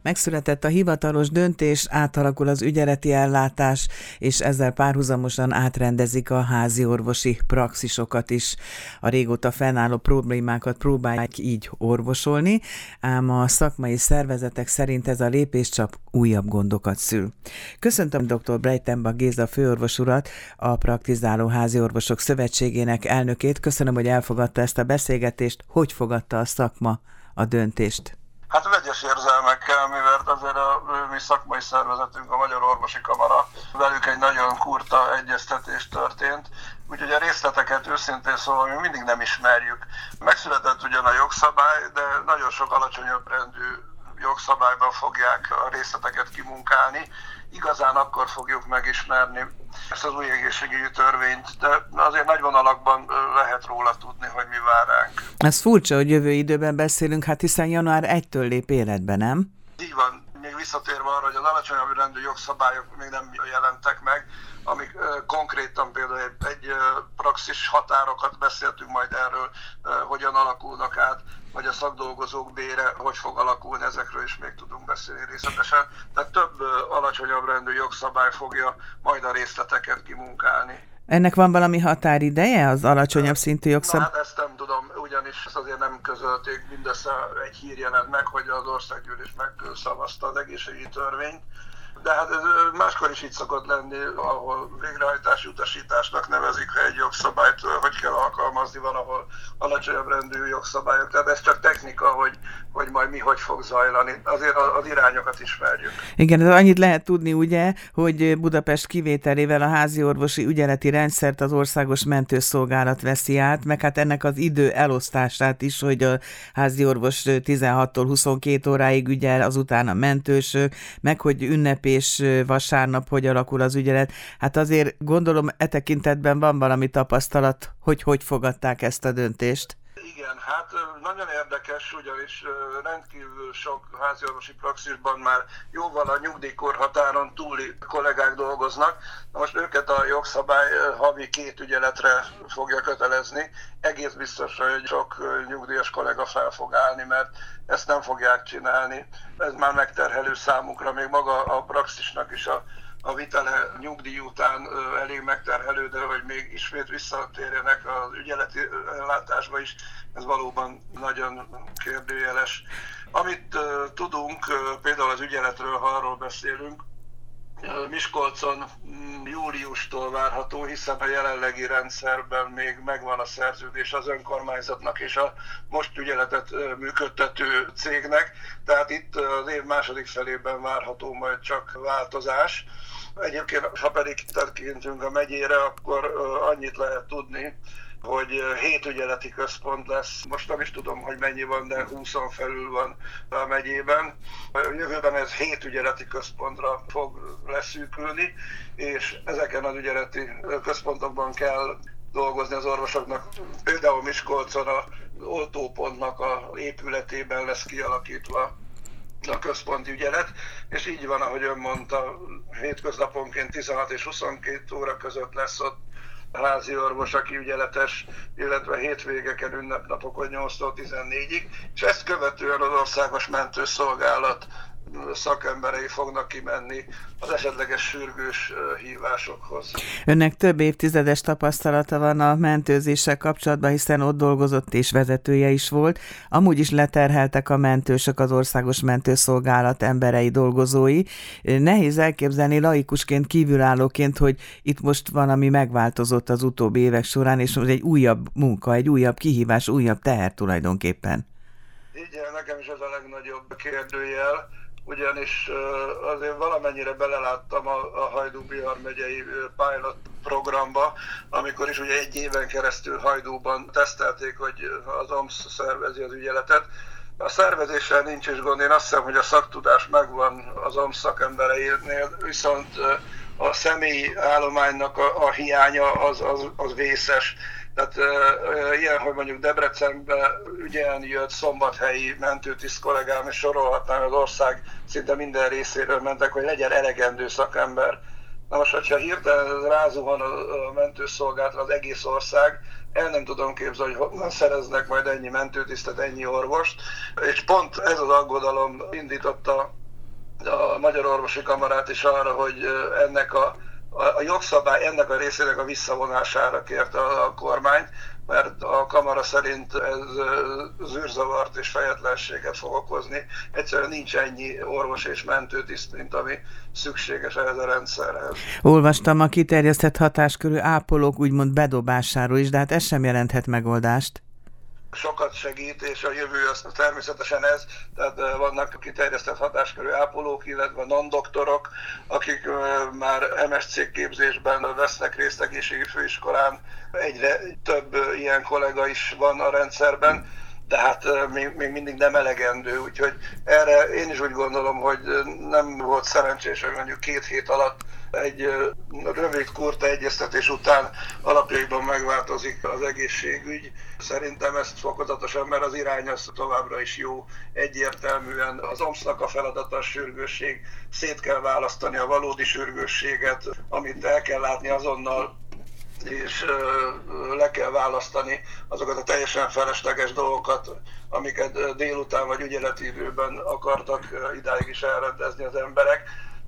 Megszületett a hivatalos döntés, átalakul az ügyeleti ellátás, és ezzel párhuzamosan átrendezik a házi orvosi praxisokat is. A régóta fennálló problémákat próbálják így orvosolni, ám a szakmai szervezetek szerint ez a lépés csak újabb gondokat szül. Köszöntöm dr. Breitenbach Géza főorvos urat, a Praktizáló Háziorvosok Szövetségének elnökét. Köszönöm, hogy elfogadta ezt a beszélgetést. Hogy fogadta a szakma a döntést? Hát vegyes érzelmekkel, mivel azért a mi szakmai szervezetünk, a Magyar Orvosi Kamara, velük egy nagyon kurta egyeztetés történt, úgyhogy a részleteket őszintén szóval mi mindig nem ismerjük. Megszületett ugyan a jogszabály, de nagyon sok alacsonyabb rendű jogszabályban fogják a részleteket kimunkálni. Igazán akkor fogjuk megismerni ezt az új egészségügyi törvényt, de azért nagy vonalakban lehet róla tudni, hogy mi vár ránk. Ez furcsa, hogy jövő időben beszélünk, hát hiszen január 1-től lép életbe, nem? Így van. Még visszatérve arra, hogy az alacsonyabb rendű jogszabályok még nem jelentek meg, amik konkrétan például egy praxis határokat beszéltünk majd erről, hogyan alakulnak át, vagy a szakdolgozók bére, hogy fog alakulni, ezekről is még tudunk beszélni részletesen. Tehát több alacsonyabb rendű jogszabály fogja majd a részleteket kimunkálni. Ennek van valami határideje, az alacsonyabb szintű jogszabály? Hát ezt nem tudom, ugyanis ezt azért nem közölték, mindössze egy hír jelent meg, hogy az országgyűlés megszavazta az egészségügyi törvényt. De hát ez máskor is így szokott lenni, ahol végrehajtási utasításnak nevezik, ha egy jogszabályt hogy kell alkalmazni, van, ahol alacsonyabb rendű jogszabályok. Tehát ez csak technika, hogy majd mi hogy fog zajlani. Azért az irányokat ismerjük. Igen, ez annyit lehet tudni, ugye, hogy Budapest kivételével a házi orvosi ügyeleti rendszert az Országos Mentőszolgálat veszi át, meg hát ennek az idő elosztását is, hogy a házi orvos 16-tól 22 óráig ügyel, azután a mentősök, meg hogy ünnepi és vasárnap hogy alakul az ügyelet. Hát azért gondolom e tekintetben van valami tapasztalat, hogy fogadták ezt a döntést. Igen, hát nagyon érdekes, ugyanis rendkívül sok háziorvosi praxisban már jóval a nyugdíjkorhatáron túli kollégák dolgoznak. Most őket a jogszabály havi 2 ügyeletre fogja kötelezni. Egész biztos, hogy sok nyugdíjas kollega fel fog állni, mert ezt nem fogják csinálni. Ez már megterhelő számukra, még maga a praxisnak is a vitele nyugdíj után elég megterhelő, de hogy még ismét visszatérjenek az ügyeleti ellátásba is, ez valóban nagyon kérdőjeles. Amit tudunk, például az ügyeletről, ha arról beszélünk, Miskolcon júliustól várható, hiszen a jelenlegi rendszerben még megvan a szerződés az önkormányzatnak és a most ügyeletet működtető cégnek, tehát itt az év második felében várható majd csak változás. Egyébként, ha pedig tekintünk a megyére, akkor annyit lehet tudni, hogy 7 ügyeleti központ lesz. Most nem is tudom, hogy mennyi van, de 20-on felül van a megyében. Jövőben ez 7 ügyeleti központra fog leszűkülni, és ezeken az ügyeleti központokban kell dolgozni az orvosoknak. Például Miskolcon az oltópontnak a épületében lesz kialakítva a központi ügyelet, és így van, ahogy ön mondta, hétköznaponként 16 és 22 óra között lesz ott házi orvos, aki ügyeletes, illetve hétvégeken, ünnepnapokon 8-tól 14-ig, és ezt követően az Országos Mentőszolgálat szakemberei fognak kimenni az esetleges sürgős hívásokhoz. Önnek több évtizedes tapasztalata van a mentőzéssel kapcsolatban, hiszen ott dolgozott és vezetője is volt. Amúgy is leterheltek a mentősök, az Országos Mentőszolgálat emberei, dolgozói. Nehéz elképzelni laikusként, kívülállóként, hogy itt most van, ami megváltozott az utóbbi évek során, és egy újabb munka, egy újabb kihívás, újabb teher tulajdonképpen. Igen, nekem is ez a legnagyobb kérdőjel, ugyanis azért valamennyire beleláttam a Hajdú-Bihar megyei pilot programba, amikor is ugye 1 éven keresztül Hajdúban tesztelték, hogy az OMSZ szervezi az ügyeletet. A szervezéssel nincs is gond, én azt hiszem, hogy a szaktudás megvan az OMSZ szakembereinél, viszont a személyi állománynak a hiánya az vészes. Tehát ilyen, hogy mondjuk Debrecenbe ügyelni jött szombathelyi mentőtiszt kollégám, és sorolhatnám, az ország szinte minden részéről mentek, hogy legyen elegendő szakember. Na most, hogyha hirtelen rázuhan a mentőszolgálatra az egész ország, el nem tudom képzelni, hogy honnan szereznek majd ennyi mentőtisztet, ennyi orvost, és pont ez az aggodalom indította a Magyar Orvosi Kamarát is arra, hogy ennek a jogszabály ennek a részének a visszavonására kérte a kormányt, mert a kamara szerint ez zűrzavart és fejetlenséget fog okozni. Egyszerűen nincs ennyi orvos és mentőtiszt, mint ami szükséges ehhez a rendszerhez. Olvastam a kiterjesztett hatáskörű ápolók úgymond bedobásáról is, de hát ez sem jelenthet megoldást. Sokat segít, és a jövő az természetesen ez, tehát vannak kiterjesztett hatáskörű ápolók, illetve non-doktorok, akik már MSc képzésben vesznek részt egészségügyi főiskolán. Egyre több ilyen kollega is van a rendszerben, de hát még mindig nem elegendő, úgyhogy erre én is úgy gondolom, hogy nem volt szerencsés, hogy mondjuk 2 hét alatt egy rövid kurta egyeztetés után alapjaiban megváltozik az egészségügy. Szerintem ezt fokozatosan, mert az irány az továbbra is jó. Egyértelműen az OMSZ-nak a feladata a sürgősség, szét kell választani a valódi sürgősséget, amit el kell látni azonnal, és le kell választani azokat a teljesen felesleges dolgokat, amiket délután vagy ügyeleti időben akartak idáig is elrendezni az emberek,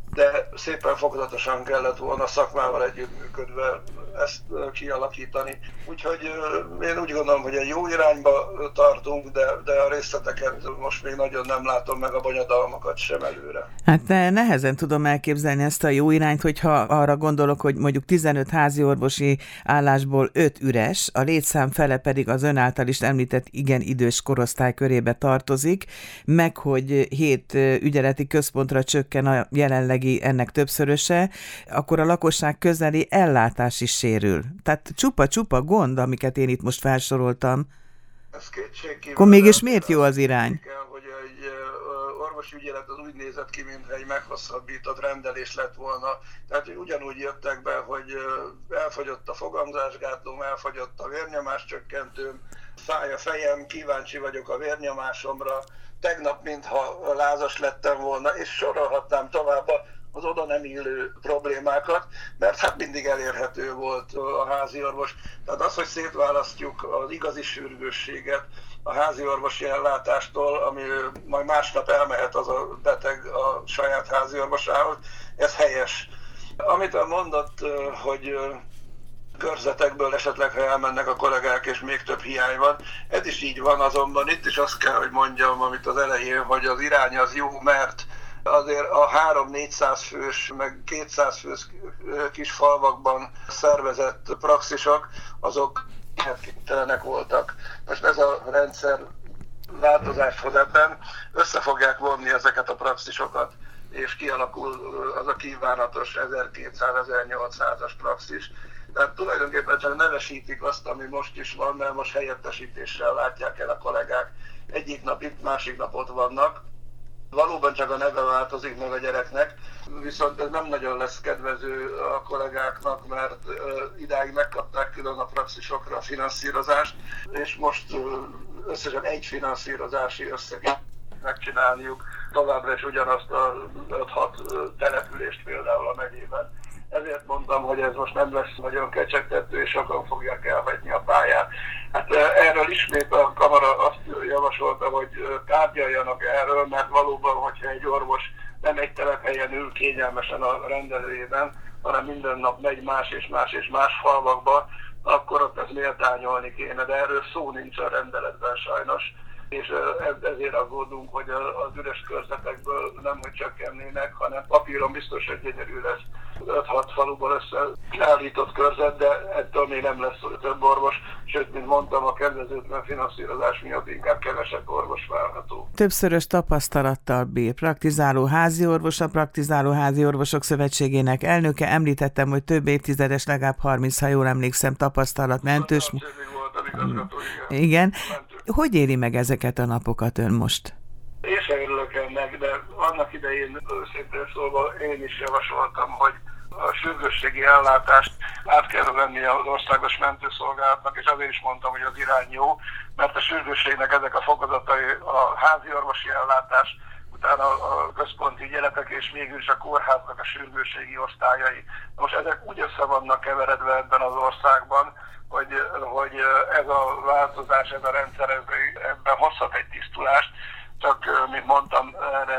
de szépen fokozatosan kellett volna szakmával együttműködve ezt kialakítani. Úgyhogy én úgy gondolom, hogy egy jó irányba tartunk, de a részleteket most még nagyon nem látom, meg a bonyodalmakat sem előre. Hát nehezen tudom elképzelni ezt a jó irányt, hogyha arra gondolok, hogy mondjuk 15 háziorvosi állásból 5 üres, a létszám fele pedig az ön által is említett igen idős korosztály körébe tartozik, meg hogy 7 ügyeleti központra csökken a jelenlegi ennek többszöröse, akkor a lakosság közeli ellátás is sérül. Tehát csupa-csupa gond, amiket én itt most felsoroltam. Ez kétségkívül. Akkor mégis miért jó az irány? Hogy egy orvosi ügyelet az úgy nézett ki, mintha egy meghosszabbított rendelés lett volna. Tehát ugyanúgy jöttek be, hogy elfogyott a fogamzásgátlóm, elfogyott a vérnyomáscsökkentőm, fáj a fejem, kíváncsi vagyok a vérnyomásomra, tegnap mintha lázas lettem volna, és sorolhatnám tovább az oda nem illő problémákat, mert hát mindig elérhető volt a háziorvos. Tehát az, hogy szétválasztjuk az igazi sürgősséget a háziorvosi ellátástól, ami majd másnap elmehet az a beteg a saját háziorvosához, ez helyes. Amit mondott, hogy körzetekből esetleg, ha elmennek a kollégák, és még több hiány van. Ez is így van, azonban itt is azt kell, hogy mondjam, amit az elején, hogy az irány az jó, mert azért a 300-400 fős, meg 200 fős kis falvakban szervezett praxisok, azok képtelenek voltak. Most ez a rendszer változást hoz ebben, össze fogják vonni ezeket a praxisokat, és kialakul az a kívánatos 1200-1800-as praxis. Tehát tulajdonképpen csak nevesítik azt, ami most is van, mert most helyettesítéssel látják el a kollégák. Egyik nap itt, másik nap ott vannak. Valóban csak a neve változik meg a gyereknek, viszont ez nem nagyon lesz kedvező a kollégáknak, mert idáig megkapták külön a praxisokra a finanszírozást, és most összesen egy finanszírozási összeget megcsinálniuk továbbra is ugyanazt a 5-6 települést például a megyében. Ezért mondtam, hogy ez most nem lesz nagyon kecsegtető, és sokan fogják elhagyni a pályát. Hát erről ismét a kamara azt javasolta, hogy tárgyaljanak erről, mert valóban, hogyha egy orvos nem egy telephelyen ül kényelmesen a rendelőjében, hanem minden nap megy más és más és más falvakba, akkor ott ezt méltányolni kéne, de erről szó nincs a rendeletben sajnos. És ezért aggódunk, hogy az üres körzetekből nem hogy csökkennének, hanem papíron biztos, hogy gyönyörű lesz 5-6 faluból összeállított körzet, de ettől még nem lesz több orvos, sőt, mint mondtam, a kedvezőtlen finanszírozás miatt inkább kevesebb orvos várható. Többszörös tapasztalattal bír, praktizáló háziorvos, a Praktizáló Háziorvosok Szövetségének elnöke. Említettem, hogy több évtizedes, legalább 30, ha jól emlékszem, tapasztalat mentős. Igen. Hogy éli meg ezeket a napokat ön most? Én sem örülök ennek, de annak idején őszintén szólva én is javasoltam, hogy a sürgősségi ellátást át kell venni az országos mentőszolgálatnak, és azért is mondtam, hogy az irány jó, mert a sürgősségnek ezek a fokozatai, a háziorvosi ellátás, utána a központi ügyeletek, és végül is a kórháznak a sürgősségi osztályai. Most ezek úgy össze vannak keveredve ebben az országban, hogy ez a változás, ez a rendszer ebben hozhat egy tisztulást, csak, mint mondtam, erre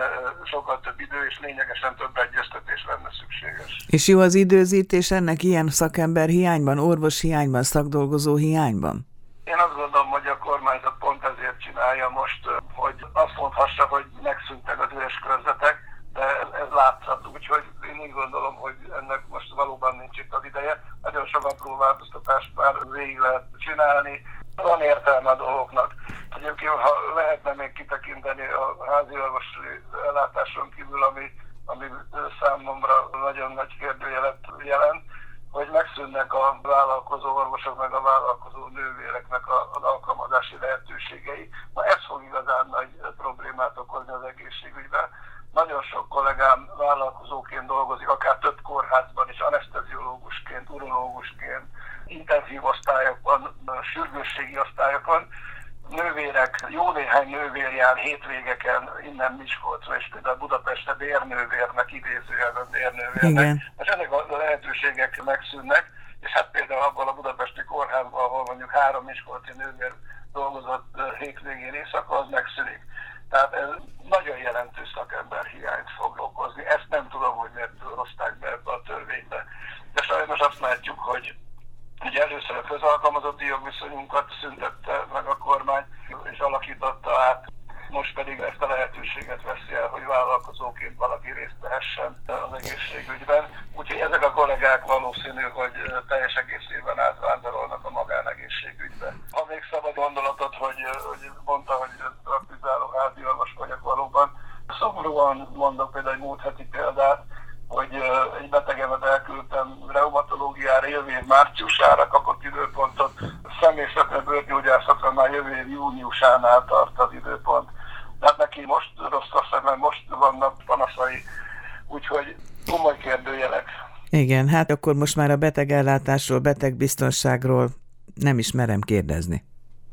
sokkal több idő és lényegesen több egyeztetés lenne szükséges. És jó az időzítés ennek ilyen szakember hiányban, orvos hiányban, szakdolgozó hiányban? Én azt gondolom, hogy a kormányzat pont ezért csinálja most, hogy azt mondhassa, hogy megszűntek az üres körzetek, de ez látszat. Úgyhogy én úgy gondolom, hogy ennek most valóban nincs itt az ideje. Nagyon sok apró változtatást már végig lehet csinálni. Van értelme a dolgoknak. Egyébként, ha lehetne még kitekinteni a házi orvosi ellátáson kívül, ami számomra nagyon nagy kérdőjelet jelent, hogy megszűnnek a vállalkozó orvosok meg a vállalkozó nővéreknek az alkalmazási lehetőségei. Na ez fog igazán nagy problémát okozni az egészségügyben. Nagyon sok kollégám vállalkozóként dolgozik, akár több kórházban is, aneszteziológusként, urológusként, intenzív osztályokon, sürgősségi osztályokon. Nővérek, jó néhány nővér jár hétvégeken innen Miskolcra, és például Budapestre bérnővérnek, idézőjelben bérnővérnek. És ezek a lehetőségek megszűnnek, és hát például abban a budapesti kórházban, ahol mondjuk 3 miskolci nővér dolgozott hétvégén éjszaka, az megszűnik. Tehát ez nagyon jelentős szakember hiányt fog okozni. Ezt nem tudom, hogy miért hozták be ebbe a törvénybe. De sajnos azt látjuk, hogy ugye először a közalkalmazotti jogviszonyunkat szüntette meg a kormány, és alakította át, most pedig ezt a lehetőséget veszi el, hogy vállalkozóként valaki részt vehessen az egészségügyben. Úgyhogy ezek a kollégák valószínű, hogy teljes egészében átvándorolnak a magánegészségügybe. Ha még szabad gondolatot, hogy mondta, hogy praktizáló házi orvos vagyok valóban, szomorúan mondok például egy múlt heti példát, hogy egy betegemet elküldtem reumatológiára jövő év márciusára, kapott időpontot, személyzetre, bőrgyógyászatra már jövő év júniusánál tart az időpont. Tehát neki most rossz a szeme, most vannak panaszai, úgyhogy komoly kérdőjelek. Igen, hát akkor most már a betegellátásról, betegbiztonságról nem is merem kérdezni.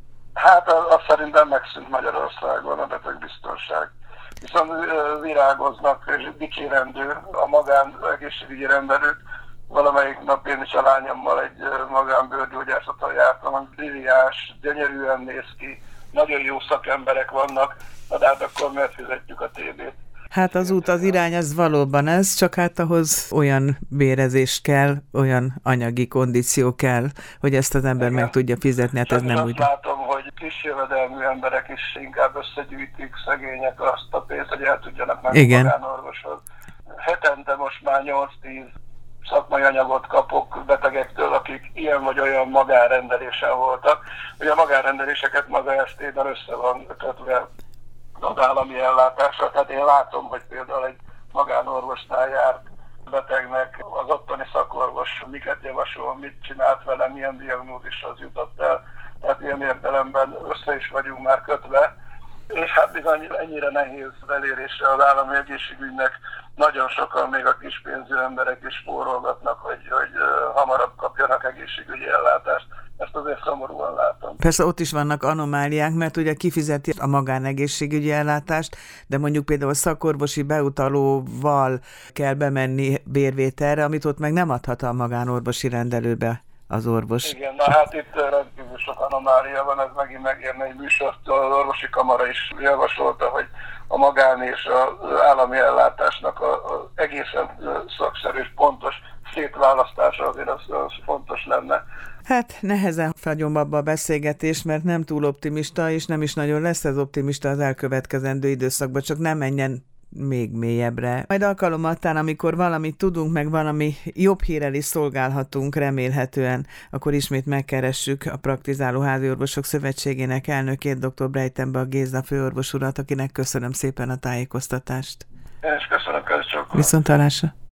Hát azt szerintem megszűnt Magyarországon a betegbiztonság. Viszont virágoznak, és dicsérendő a magán egészségügyi rendelők. Valamelyik nap én is a lányommal egy magánbőrgyógyászaton jártam, ami brilliáns, gyönyörűen néz ki, nagyon jó szakemberek vannak, de hát akkor miért fizetjük a TB-t? Hát az út, az irány az valóban ez, csak hát ahhoz olyan bérezés kell, olyan anyagi kondíció kell, hogy ezt az ember meg tudja fizetni, hát ez nem úgy. Azt látom, hogy kis jövedelmű emberek is inkább összegyűjtik, szegények azt a pénzt, hogy el tudjanak menni magánorvoshoz. Hetente most már 8-10 szakmai anyagot kapok betegektől, akik ilyen vagy olyan magánrendelésen voltak. Ugye a magánrendeléseket maga esztében össze van kötve az állami ellátásra. Tehát én látom, hogy például egy magánorvosnál járt betegnek az ottani szakorvos miket javasol, mit csinált vele, milyen diagnózishoz jutott el. Tehát ilyen értelemben össze is vagyunk már kötve. És hát bizony ennyire nehéz elérésre az állami egészségügynek. Nagyon sokan, még a kispénzű emberek is spórolgatnak, hogy hamarabb kapjanak egészségügyi ellátást. Ezt azért szomorúan látom. Persze ott is vannak anomáliák, mert ugye kifizeti a magánegészségügyi ellátást, de mondjuk például szakorvosi beutalóval kell bemenni bérvételre, amit ott meg nem adhat a magánorvosi rendelőbe az orvos. Igen, na hát itt rendkívül sok anomália van, ez megint megérne egy műsort. Az orvosi kamara is javasolta, hogy a magán és az állami ellátásnak az egészen szakszerű és pontos szétválasztása azért az fontos lenne. Hát nehezen fagyom abba a beszélgetést, mert nem túl optimista, és nem is nagyon lesz ez optimista az elkövetkezendő időszakban, csak nem menjen még mélyebbre. Majd alkalomattán, amikor valamit tudunk, meg valami jobb hírrel is szolgálhatunk, remélhetően, akkor ismét megkeressük a Praktizáló Háziorvosok Szövetségének elnökét, dr. Breitenbach Géza főorvos urat, akinek köszönöm szépen a tájékoztatást. Én is köszönöm, Közcsók. Viszonthallásra.